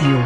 Radio.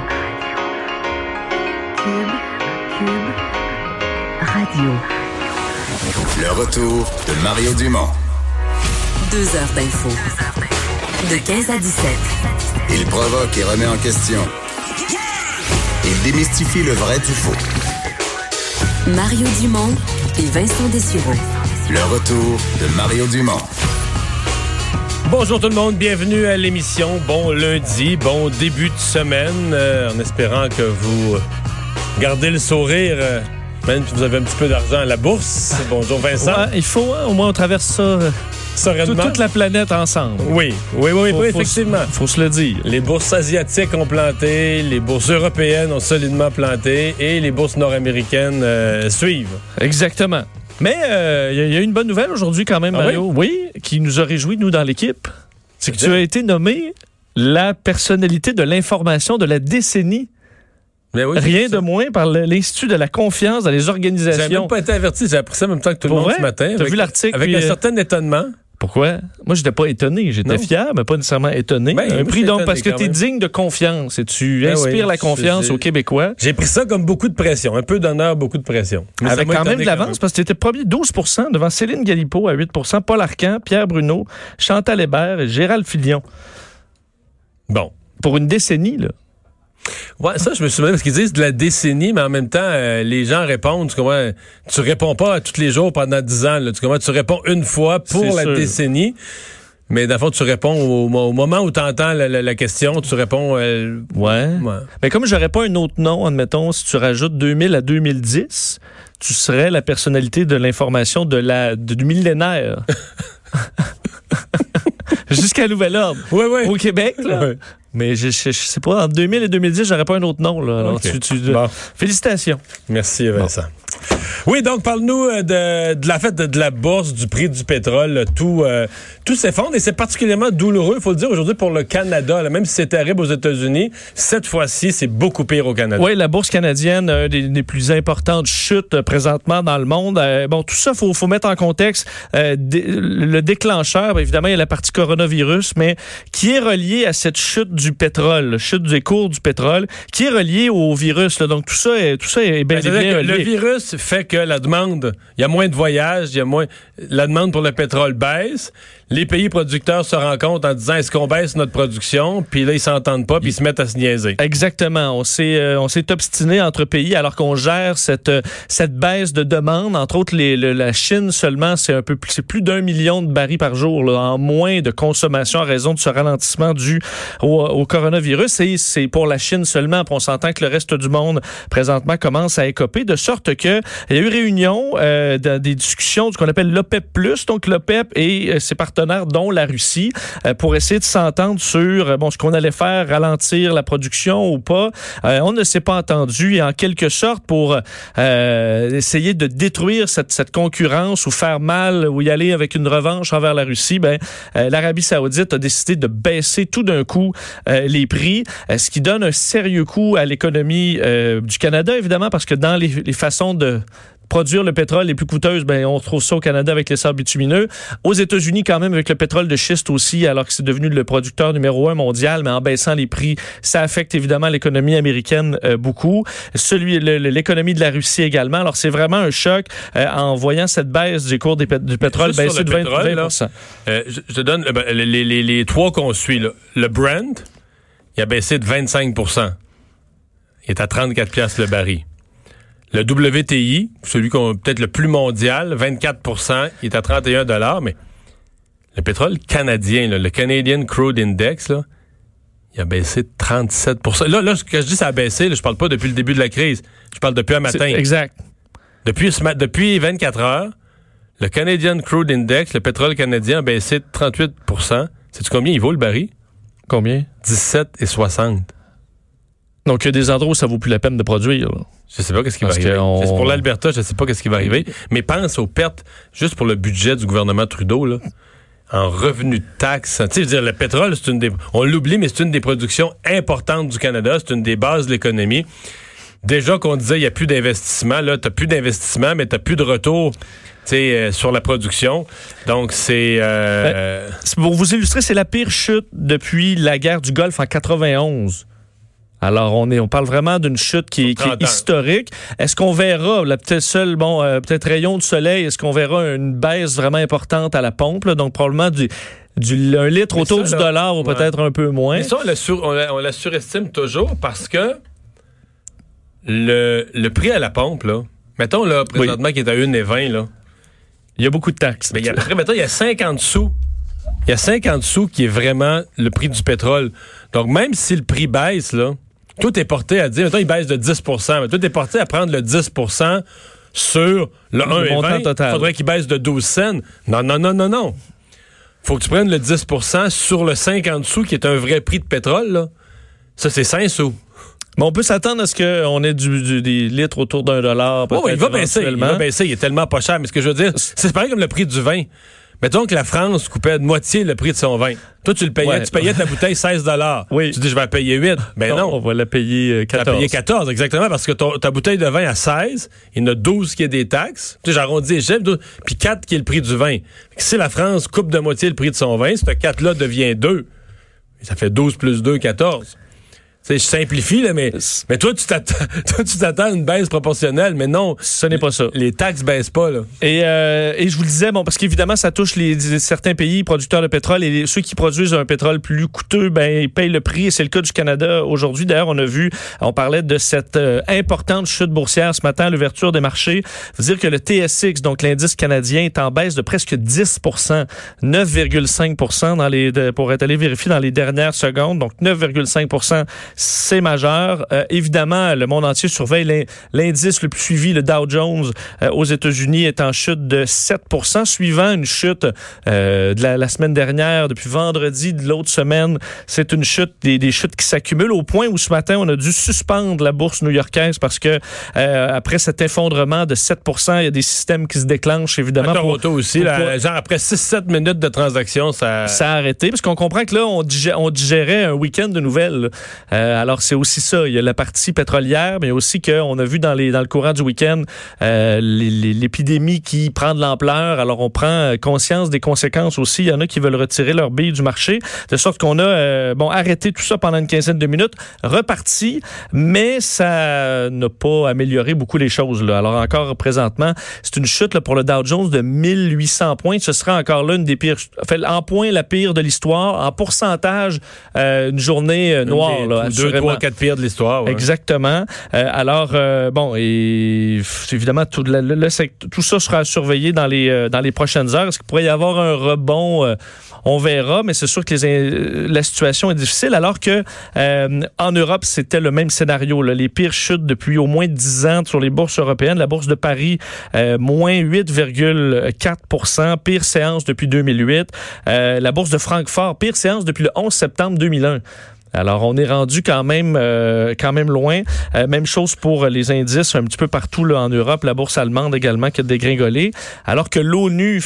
Cube Radio. Le retour de Mario Dumont. 2 heures d'info. De 15 à 17. Il provoque et remet en question. Il démystifie le vrai du faux. Mario Dumont et Vincent Dessureau. Le retour de Mario Dumont. Bonjour tout le monde, bienvenue à l'émission. Bon lundi, bon début de semaine, en espérant que vous gardez le sourire, même si vous avez un petit peu d'argent à la bourse. Bonjour Vincent. Ouais, il faut, au moins on traverse ça sereinement. Toute la planète ensemble. Oui, effectivement. Faut se le dire. Les bourses asiatiques ont planté, les bourses européennes ont solidement planté et les bourses nord-américaines suivent. Exactement. Mais il y a une bonne nouvelle aujourd'hui quand même, Mario. Oui, qui nous a réjouis, nous, dans l'équipe. C'est que tu as été nommé la personnalité de l'information de la décennie. Mais oui, rien de moins par l'Institut de la confiance dans les organisations. J'ai même pas été averti, j'ai appris ça en même temps que tout le monde ce matin. T'as vu l'article? Avec un certain étonnement. Pourquoi? Moi, j'étais pas étonné. J'étais fier, mais pas nécessairement étonné. Un prix, donc, parce que tu es digne de confiance et tu inspires la confiance aux Québécois. J'ai pris ça comme beaucoup de pression. Un peu d'honneur, beaucoup de pression. Mais avec quand même de l'avance, parce que tu étais premier 12% devant Céline Galipeau à 8%, Paul Arcan, Pierre Bruno, Chantal Hébert et Gérald Filion. Bon. Pour une décennie, là. Ouais, ça, je me souviens parce qu'ils disent de la décennie, mais en même temps, les gens répondent. Tu réponds pas tous les jours pendant 10 ans. Là, tu réponds une fois pour la décennie. Mais dans le fond, tu réponds au moment où tu entends la question, tu réponds... Ouais. Mais comme j'aurais pas un autre nom, admettons, si tu rajoutes 2000 à 2010, tu serais la personnalité de l'information du millénaire. Jusqu'à nouvel ordre. Oui. Au Québec, là. Oui. Mais je sais pas, entre 2000 et 2010, j'aurais pas un autre nom, là. Alors, okay. Félicitations. Merci, Vincent. Bon. Oui, donc, parle-nous de la fête de la bourse, du prix du pétrole. Tout s'effondre et c'est particulièrement douloureux, il faut le dire, aujourd'hui pour le Canada. Là, même si c'est terrible aux États-Unis, cette fois-ci, c'est beaucoup pire au Canada. Oui, la bourse canadienne, une des plus importantes chutes présentement dans le monde. Tout ça, faut mettre en contexte. Le déclencheur, évidemment, il y a la partie coronavirus, mais qui est relié à cette chute du pétrole, chute des cours du pétrole, qui est relié au virus. Là. Donc, tout ça est bien relié. Le virus fait que la demande, il y a moins de voyages, la demande pour le pétrole baisse. Les pays producteurs se rencontrent en disant est-ce qu'on baisse notre production, puis là ils s'entendent pas, puis ils se mettent à se niaiser. Exactement, on s'est obstiné entre pays alors qu'on gère cette baisse de demande, entre autres la Chine seulement, c'est plus d'1 million de barils par jour là, en moins de consommation à raison de ce ralentissement dû au coronavirus, et c'est pour la Chine seulement, puis on s'entend que le reste du monde présentement commence à écoper, de sorte que il y a eu réunion des discussions de ce qu'on appelle l'OPEP+, donc l'OPEP et ses partenaires dont la Russie, pour essayer de s'entendre sur ce qu'on allait faire, ralentir la production ou pas. On ne s'est pas entendu et en quelque sorte pour essayer de détruire cette concurrence ou faire mal ou y aller avec une revanche envers la Russie, l'Arabie Saoudite a décidé de baisser tout d'un coup les prix, ce qui donne un sérieux coup à l'économie du Canada, évidemment, parce que dans les façons de produire le pétrole les plus coûteuses, on retrouve ça au Canada avec les sables bitumineux. Aux États-Unis, quand même, avec le pétrole de schiste aussi, alors que c'est devenu le producteur numéro 1 mondial, mais en baissant les prix, ça affecte évidemment l'économie américaine beaucoup. L'économie de la Russie également. Alors, c'est vraiment un choc en voyant cette baisse du cours du pétrole baisser de 20%. Je te donne les trois qu'on suit. Là. Le Brent, il a baissé de 25%. Il est à 34 piastres le baril. Le WTI, celui qu'on peut-être le plus mondial, 24%, il est à 31 $, mais le pétrole canadien, là, le Canadian Crude Index, là, il a baissé de 37%. Là, ce que je dis, ça a baissé, là, je parle pas depuis le début de la crise. Je parle depuis un matin. Exact. Depuis 24 heures, le Canadian Crude Index, le pétrole canadien, a baissé de 38%. Sais-tu combien il vaut le baril? Combien? 17,60. Donc, il y a des endroits où ça vaut plus la peine de produire, là. Je sais pas qu'est-ce qui va arriver. C'est pour l'Alberta, je sais pas qu'est-ce qui va arriver. Mais pense aux pertes, juste pour le budget du gouvernement Trudeau, là, en revenus de taxes. Tu sais, je veux dire, le pétrole, on l'oublie, mais c'est une des productions importantes du Canada. C'est une des bases de l'économie. Déjà qu'on disait, il n'y a plus d'investissement. Là, t'as plus d'investissement, mais t'as plus de retour. Sur la production. Donc, c'est... Pour vous illustrer, c'est la pire chute depuis la guerre du Golfe en 91. Alors, on parle vraiment d'une chute qui est historique. Est-ce qu'on verra, peut-être rayon de soleil, est-ce qu'on verra une baisse vraiment importante à la pompe? Là? Donc, probablement un litre autour du dollar ou peut-être un peu moins. Mais ça, on la surestime toujours parce que le prix à la pompe, là, mettons, là, présentement, qui est à 1,20, là. Il y a beaucoup de taxes. Mais après, mettons, il y a 50 sous. Il y a 50 sous qui est vraiment le prix du pétrole. Donc, même si le prix baisse, là, tout est porté à dire, mettons, il baisse de 10 mais tout est porté à prendre le 10 sur le 1,20. Il faudrait qu'il baisse de 12 cents. Non. Faut que tu prennes le 10 sur le 50 sous qui est un vrai prix de pétrole, là. Ça, c'est 5 sous. Mais on peut s'attendre à ce qu'on ait des litres autour $1. Oh, il va baisser. Il est tellement pas cher. Mais ce que je veux dire, c'est pareil comme le prix du vin. Mettons que la France coupait de moitié le prix de son vin. Toi, tu le payais. Ouais. Tu payais ta bouteille $16. Oui. Tu dis, je vais la payer 8. Ben non. On va la payer 14. Tu vas payer 14, exactement, parce que ta bouteille de vin à 16, il y en a 12 qui est des taxes. Tu sais, j'arrondis les chiffres, puis 4 qui est le prix du vin. Si la France coupe de moitié le prix de son vin, ce 4-là devient 2. Ça fait 12 plus 2, 14. Je simplifie, là, mais toi, tu t'attends à une baisse proportionnelle, mais non. Ce n'est pas ça. Les taxes baissent pas, là. Et je vous le disais, parce qu'évidemment, ça touche certains pays producteurs de pétrole et ceux qui produisent un pétrole plus coûteux, ils payent le prix et c'est le cas du Canada aujourd'hui. D'ailleurs, on parlait de cette importante chute boursière ce matin à l'ouverture des marchés. Faut dire que le TSX, donc l'indice canadien, est en baisse de presque 10 9,5 pour être allé vérifier dans les dernières secondes. Donc, 9,5 c'est majeur. Évidemment, le monde entier surveille l'indice le plus suivi, le Dow Jones, aux États-Unis, est en chute de 7 suivant une chute de la semaine dernière, depuis vendredi de l'autre semaine. C'est une chute, des chutes qui s'accumulent au point où ce matin, on a dû suspendre la bourse new-yorkaise parce que après cet effondrement de 7 il y a des systèmes qui se déclenchent, évidemment. À Toronto aussi, genre après 6-7 minutes de transaction, ça a arrêté, parce qu'on comprend que là, on digérait un week-end de nouvelles. Alors, c'est aussi ça. Il y a la partie pétrolière, mais aussi qu'on a vu dans le courant du week-end l'épidémie qui prend de l'ampleur. Alors, on prend conscience des conséquences aussi. Il y en a qui veulent retirer leur bille du marché, de sorte qu'on a arrêté tout ça pendant une quinzaine de minutes, reparti, mais ça n'a pas amélioré beaucoup les choses, là. Alors, encore présentement, c'est une chute là, pour le Dow Jones de 1800 points. Ce sera encore là une des pires, en points la pire de l'histoire. En pourcentage, une journée noire, là. 2, 3, 4 pires de l'histoire. Ouais. Exactement. Et évidemment, tout ça sera surveillé dans les prochaines heures. Est-ce qu'il pourrait y avoir un rebond? On verra, mais c'est sûr que la situation est difficile, alors que en Europe, c'était le même scénario, là. Les pires chutes depuis au moins 10 ans sur les bourses européennes. La bourse de Paris, moins 8,4 pire séance depuis 2008. La bourse de Francfort, pire séance depuis le 11 septembre 2001. Alors, on est rendu quand même loin. Même chose pour les indices un petit peu partout là, en Europe. La bourse allemande également qui a dégringolé. Alors que l'ONU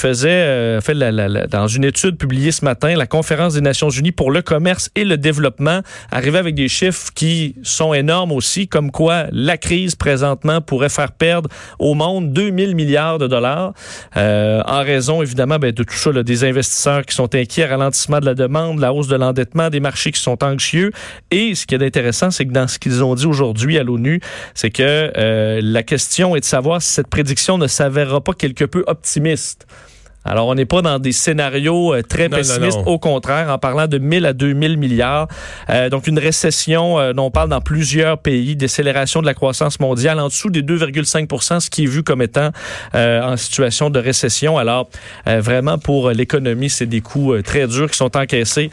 dans une étude publiée ce matin, la Conférence des Nations Unies pour le commerce et le développement, arrivait avec des chiffres qui sont énormes aussi, comme quoi la crise présentement pourrait faire perdre au monde 2000 milliards de dollars, en raison évidemment de tout ça, là, des investisseurs qui sont inquiets, ralentissement de la demande, la hausse de l'endettement, des marchés qui sont anxieux. Et ce qui est intéressant, c'est que dans ce qu'ils ont dit aujourd'hui à l'ONU, c'est que la question est de savoir si cette prédiction ne s'avérera pas quelque peu optimiste. Alors, on n'est pas dans des scénarios très pessimistes. Non. Au contraire, en parlant de 1000 à 2000 milliards. Donc, une récession dont on parle dans plusieurs pays, décélération de la croissance mondiale en dessous des 2,5 ce qui est vu comme étant en situation de récession. Alors, vraiment, pour l'économie, c'est des coûts très durs qui sont encaissés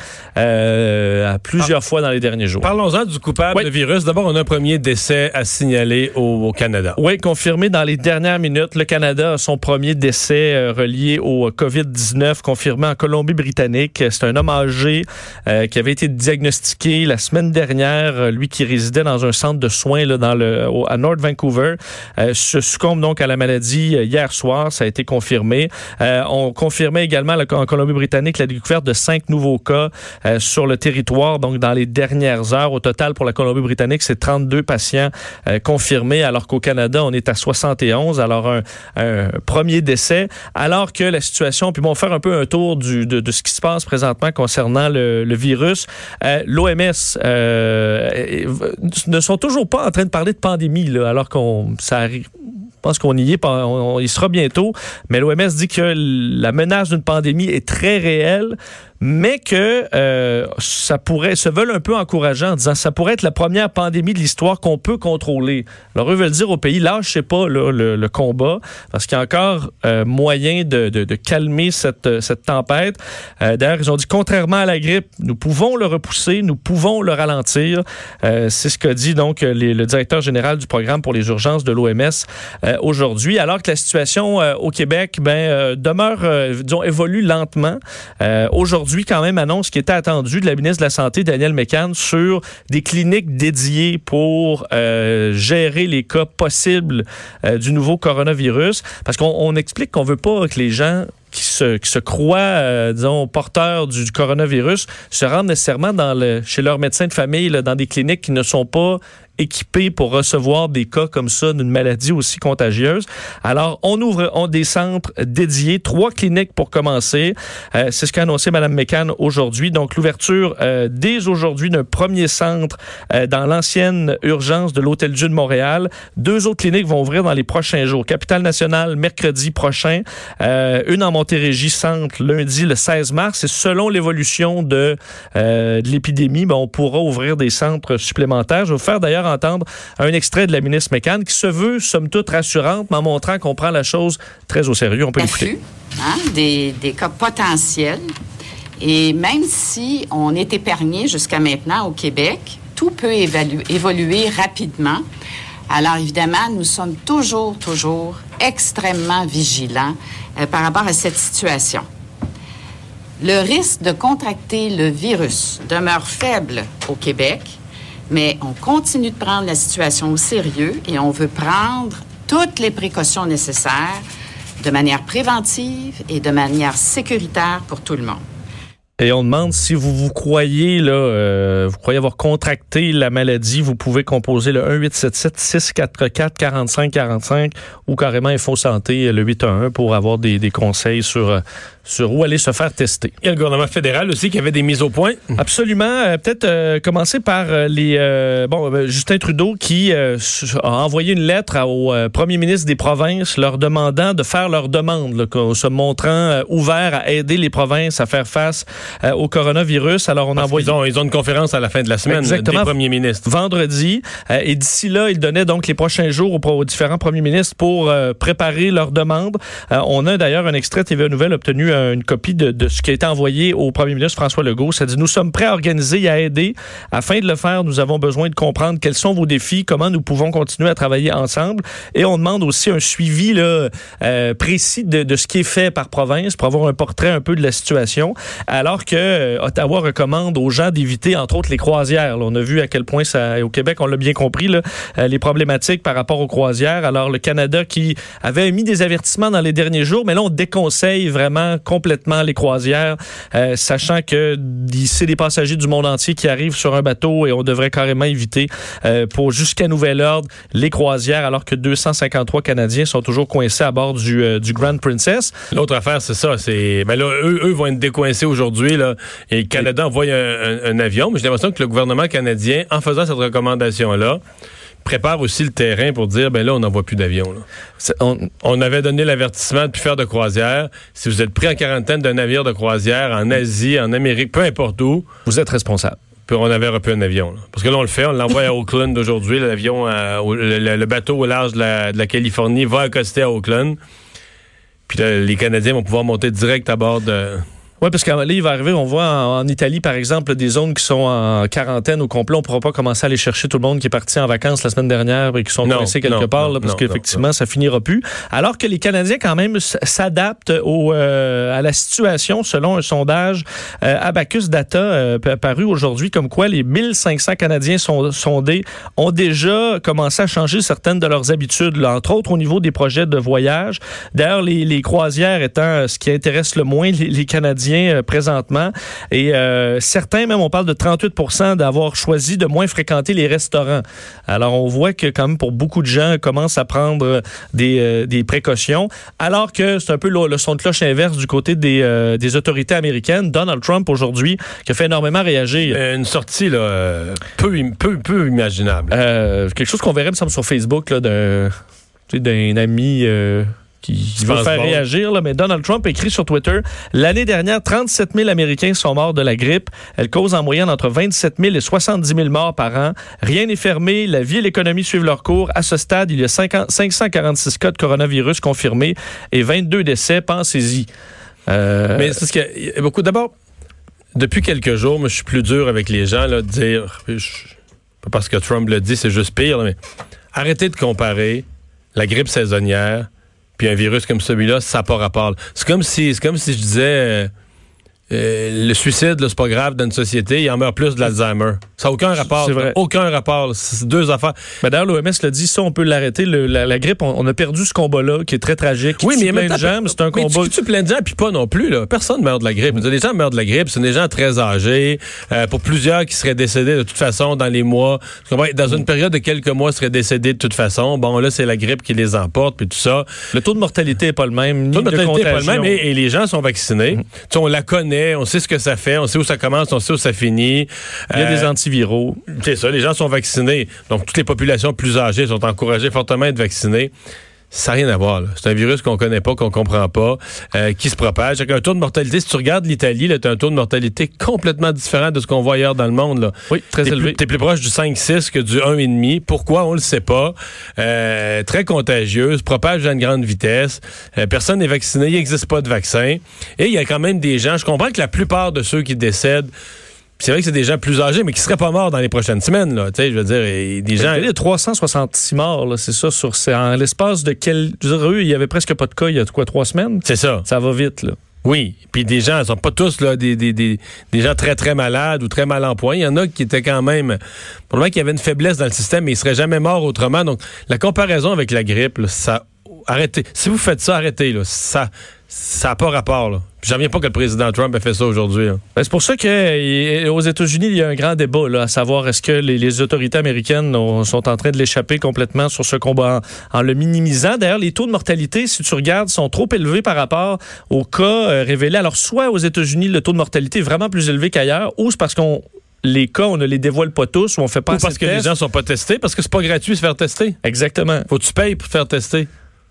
à plusieurs fois dans les derniers jours. Parlons-en du coupable de virus. D'abord, on a un premier décès à signaler au Canada. Oui, confirmé dans les dernières minutes. Le Canada a son premier décès relié au COVID-19 confirmé en Colombie-Britannique. C'est un homme âgé qui avait été diagnostiqué la semaine dernière, lui qui résidait dans un centre de soins là, à North Vancouver, se succombe donc à la maladie hier soir. Ça a été confirmé. On confirmait également en Colombie-Britannique la découverte de 5 nouveaux cas sur le territoire, donc dans les dernières heures. Au total, pour la Colombie-Britannique, c'est 32 patients confirmés, alors qu'au Canada, on est à 71. Alors, un premier décès, alors que la situation situation, puis on va faire un peu un tour de ce qui se passe présentement concernant le virus. L'OMS ne sont toujours pas en train de parler de pandémie, là, alors ça arrive. Je pense qu'on y est, il sera bientôt, mais l'OMS dit que la menace d'une pandémie est très réelle, mais que ça pourrait se veulent un peu encourageant en disant ça pourrait être la première pandémie de l'histoire qu'on peut contrôler. Alors eux veulent dire au pays, lâchez pas là, le combat, parce qu'il y a encore moyen de calmer cette tempête. D'ailleurs, ils ont dit, contrairement à la grippe, nous pouvons le repousser, nous pouvons le ralentir. C'est ce qu'a dit donc le directeur général du programme pour les urgences de l'OMS aujourd'hui, alors que la situation au Québec demeure, évolue lentement. Aujourd'hui, quand même, annonce qui était attendue de la ministre de la Santé, Danielle Mécan, sur des cliniques dédiées pour gérer les cas possibles du nouveau coronavirus. Parce qu'on explique qu'on veut pas que les gens qui se croient, porteurs du coronavirus se rendent nécessairement chez leur médecin de famille, là, dans des cliniques qui ne sont pas équipés pour recevoir des cas comme ça d'une maladie aussi contagieuse. Alors, on ouvre des centres dédiés, 3 cliniques pour commencer. C'est ce qu'a annoncé Mme Mécan aujourd'hui. Donc, l'ouverture dès aujourd'hui d'un premier centre dans l'ancienne urgence de l'Hôtel-Dieu de Montréal. 2 autres cliniques vont ouvrir dans les prochains jours. Capitale-Nationale, mercredi prochain. Une en Montérégie Centre, lundi le 16 mars. Et selon l'évolution de l'épidémie, on pourra ouvrir des centres supplémentaires. Je vais vous faire d'ailleurs entendre un extrait de la ministre Mécan qui se veut, somme toute, rassurante, mais en montrant qu'on prend la chose très au sérieux. On peut l'écouter. Des cas potentiels. Et même si on est épargné jusqu'à maintenant au Québec, tout peut évoluer rapidement. Alors, évidemment, nous sommes toujours extrêmement vigilants par rapport à cette situation. Le risque de contracter le virus demeure faible au Québec, mais on continue de prendre la situation au sérieux et on veut prendre toutes les précautions nécessaires de manière préventive et de manière sécuritaire pour tout le monde. Et on demande si vous croyez vous croyez avoir contracté la maladie, vous pouvez composer le 1-877-644-4545 ou carrément Info Santé le 811 pour avoir des conseils sur où aller se faire tester. Il y a le gouvernement fédéral aussi qui avait des mises au point. Absolument. Peut-être commencer par Justin Trudeau qui a envoyé une lettre au premier ministre des provinces leur demandant de faire leur demande, se montrant ouvert à aider les provinces à faire face au coronavirus. Alors on envoie. Ils ont une conférence à la fin de la semaine des premiers ministres. Vendredi. Et d'ici là, ils donnaient donc les prochains jours aux différents premiers ministres pour préparer leur demande. On a d'ailleurs un extrait TVA Nouvelle obtenu une copie de ce qui a été envoyé au premier ministre François Legault. Ça dit, nous sommes prêts à organiser et à aider. Afin de le faire, nous avons besoin de comprendre quels sont vos défis, comment nous pouvons continuer à travailler ensemble. Et on demande aussi un suivi précis de ce qui est fait par province pour avoir un portrait un peu de la situation. Alors que Ottawa recommande aux gens d'éviter, entre autres, les croisières. Là, on a vu à quel point au Québec, on l'a bien compris, les problématiques par rapport aux croisières. Alors, le Canada qui avait mis des avertissements dans les derniers jours, mais là, on déconseille vraiment complètement les croisières, sachant que c'est des passagers du monde entier qui arrivent sur un bateau et on devrait carrément éviter pour jusqu'à nouvel ordre les croisières, alors que 253 Canadiens sont toujours coincés à bord du Grand Princess. L'autre affaire, c'est ça. Eux vont être décoincés aujourd'hui là, et le Canada envoie un avion. Mais j'ai l'impression que le gouvernement canadien, en faisant cette recommandation-là, prépare aussi le terrain pour dire, là, on n'envoie plus d'avions. On avait donné l'avertissement de ne plus faire de croisière. Si vous êtes pris en quarantaine d'un navire de croisière en Asie, en Amérique, peu importe où, vous êtes responsable. Puis on avait repris un avion. Là. Parce que là, on le fait, on l'envoie à Auckland aujourd'hui. L'avion, le bateau au large de la Californie va accoster à Auckland. Puis là, les Canadiens vont pouvoir monter direct à bord de... Oui, parce que là, il va arriver, on voit en Italie, par exemple, des zones qui sont en quarantaine au complet. On ne pourra pas commencer à aller chercher tout le monde qui est parti en vacances la semaine dernière et qui sont coincés quelque part, parce qu'effectivement, ça finira plus. Alors que les Canadiens, quand même, s'adaptent à la situation, selon un sondage Abacus Data paru aujourd'hui, comme quoi les 1500 Canadiens sondés ont déjà commencé à changer certaines de leurs habitudes, là, entre autres au niveau des projets de voyage. D'ailleurs, les croisières étant ce qui intéresse le moins les Canadiens, bien présentement. Et certains, même, on parle de 38% d'avoir choisi de moins fréquenter les restaurants. Alors, on voit que quand même, pour beaucoup de gens, commencent à prendre des précautions, alors que c'est un peu le son de cloche inverse du côté des autorités américaines. Donald Trump, aujourd'hui, qui a fait énormément réagir. Une sortie là, peu imaginable. Quelque chose qu'on verrait, me semble, sur Facebook là, d'un ami qui veut faire réagir. Là, mais Donald Trump écrit sur Twitter, « L'année dernière, 37 000 Américains sont morts de la grippe. Elle cause en moyenne entre 27 000 et 70 000 morts par an. Rien n'est fermé. La vie et l'économie suivent leur cours. À ce stade, il y a 546 cas de coronavirus confirmés et 22 décès. Pensez-y. » Mais c'est ce qu'il y a beaucoup. D'abord, depuis quelques jours, moi, je suis plus dur avec les gens là, de dire, pas parce que Trump le dit, c'est juste pire, là, mais arrêtez de comparer la grippe saisonnière puis un virus comme celui-là, ça n'a pas rapport. C'est comme si je disais le suicide, là, c'est pas grave dans une société, il en meurt plus de l'Alzheimer. Ça n'a aucun rapport. C'est vrai. Aucun rapport. C'est deux affaires. Ben d'ailleurs, l'OMS l'a dit, ça, on peut l'arrêter. La grippe, on a perdu ce combat-là, qui est très tragique. Oui, mais plein de gens, mais c'est un combat. Tu plein de gens, puis pas non plus. Là. Personne ne meurt de la grippe. Les gens meurent de la grippe. Ce sont des gens très âgés. Pour plusieurs qui seraient décédés de toute façon dans les mois. Dans une période de quelques mois, seraient décédés de toute façon. Bon, là, c'est la grippe qui les emporte, puis tout ça. Le taux de mortalité n'est pas le même. Le taux de mortalité n'est pas le même, et et les gens sont vaccinés. On la connaît, on sait ce que ça fait, on sait où ça commence, on sait où ça finit. Il y a des antiviraux. C'est ça, les gens sont vaccinés. Donc, toutes les populations plus âgées sont encouragées fortement à être vaccinées. Ça n'a rien à voir. Là. C'est un virus qu'on connaît pas, qu'on comprend pas, qui se propage. Avec un taux de mortalité, si tu regardes l'Italie, tu as un taux de mortalité complètement différent de ce qu'on voit ailleurs dans le monde. Là. Oui, très élevé. T'es plus proche du 5-6 que du 1,5. Pourquoi? On le sait pas. Très contagieuse, propage à une grande vitesse. Personne n'est vacciné, il n'existe pas de vaccin. Et il y a quand même des gens, je comprends que la plupart de ceux qui décèdent, c'est vrai que c'est des gens plus âgés, mais qui seraient pas morts dans les prochaines semaines. Là. Je veux dire, des gens... Il y a 366 morts, là, c'est ça, en l'espace de eux, il y avait presque pas de cas il y a 3 semaines? C'est ça. Ça va vite, là. Oui, puis des gens, ils sont pas tous là, des gens très, très malades ou très mal en point. Il y en a qui étaient quand même... Probablement qu'il y avait une faiblesse dans le système, mais ils seraient jamais morts autrement. Donc, la comparaison avec la grippe, là, ça... Arrêtez. Si vous faites ça, arrêtez. Là. Ça n'a pas rapport. Là. J'en reviens pas que le président Trump ait fait ça aujourd'hui. Ben, c'est pour ça qu'aux États-Unis, il y a un grand débat, là, à savoir est-ce que les autorités américaines sont en train de l'échapper complètement sur ce combat en le minimisant. D'ailleurs, les taux de mortalité, si tu regardes, sont trop élevés par rapport aux cas révélés. Alors, soit aux États-Unis, le taux de mortalité est vraiment plus élevé qu'ailleurs, ou c'est parce les cas, on ne les dévoile pas tous, ou on fait pas assez de tests. Parce que les gens sont pas testés, parce que c'est pas gratuit de se faire tester. Exactement. Faut que tu payes pour te faire tester.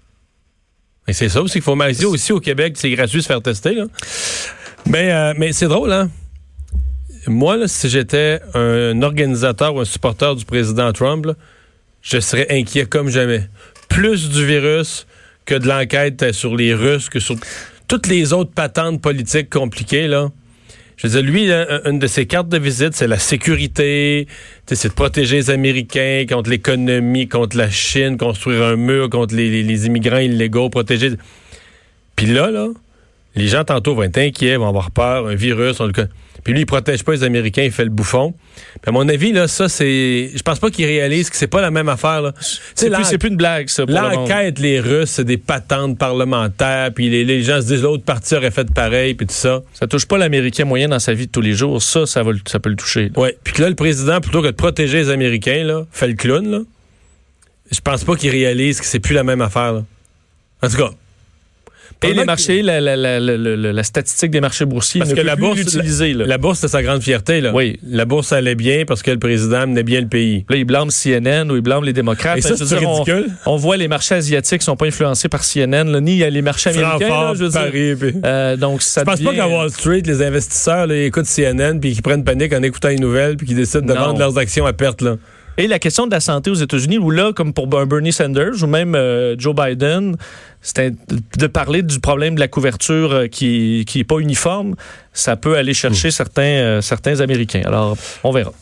Et c'est ça aussi qu'il faut dire. Aussi au Québec, c'est gratuit de se faire tester. Là. Mais c'est drôle, hein? Moi, là, si j'étais un organisateur ou un supporter du président Trump, là, je serais inquiet comme jamais. Plus du virus que de l'enquête sur les Russes, que sur toutes les autres patentes politiques compliquées, là. Je veux dire, lui, une de ses cartes de visite, c'est la sécurité, c'est de protéger les Américains contre l'économie, contre la Chine, construire un mur contre les immigrants illégaux, protéger... Puis là, les gens, tantôt, vont être inquiets, vont avoir peur, un virus, puis lui, il protège pas les Américains, il fait le bouffon. Puis à mon avis, là, ça, c'est... Je pense pas qu'il réalise que c'est pas la même affaire, là. C'est plus une blague, ça, pour l'enquête, les Russes, c'est des patentes parlementaires, puis les gens se disent l'autre partie aurait fait pareil, puis tout ça. Ça touche pas l'Américain moyen dans sa vie de tous les jours. Ça peut le toucher. Oui, puis que là, le président, plutôt que de protéger les Américains, là, fait le clown, là. Je pense pas qu'il réalise que c'est plus la même affaire, là. En tout cas... Et les marchés, la statistique des marchés boursiers, parce que la bourse, la bourse, c'est sa grande fierté. Là. Oui. La bourse allait bien parce que le président menait bien le pays. Là, il blâme CNN ou il blâme les démocrates. Et ça, c'est ridicule. On voit les marchés asiatiques sont pas influencés par CNN, là, ni les marchés américains. Francfort, je veux Paris. Donc, ça je pense pas qu'à Wall Street, les investisseurs là, écoutent CNN puis qu'ils prennent panique en écoutant les nouvelles puis qu'ils décident de vendre leurs actions à perte. Là. Et la question de la santé aux États-Unis, où là, comme pour Bernie Sanders ou même Joe Biden, c'était de parler du problème de la couverture qui est pas uniforme, ça peut aller chercher certains Américains. Alors, on verra.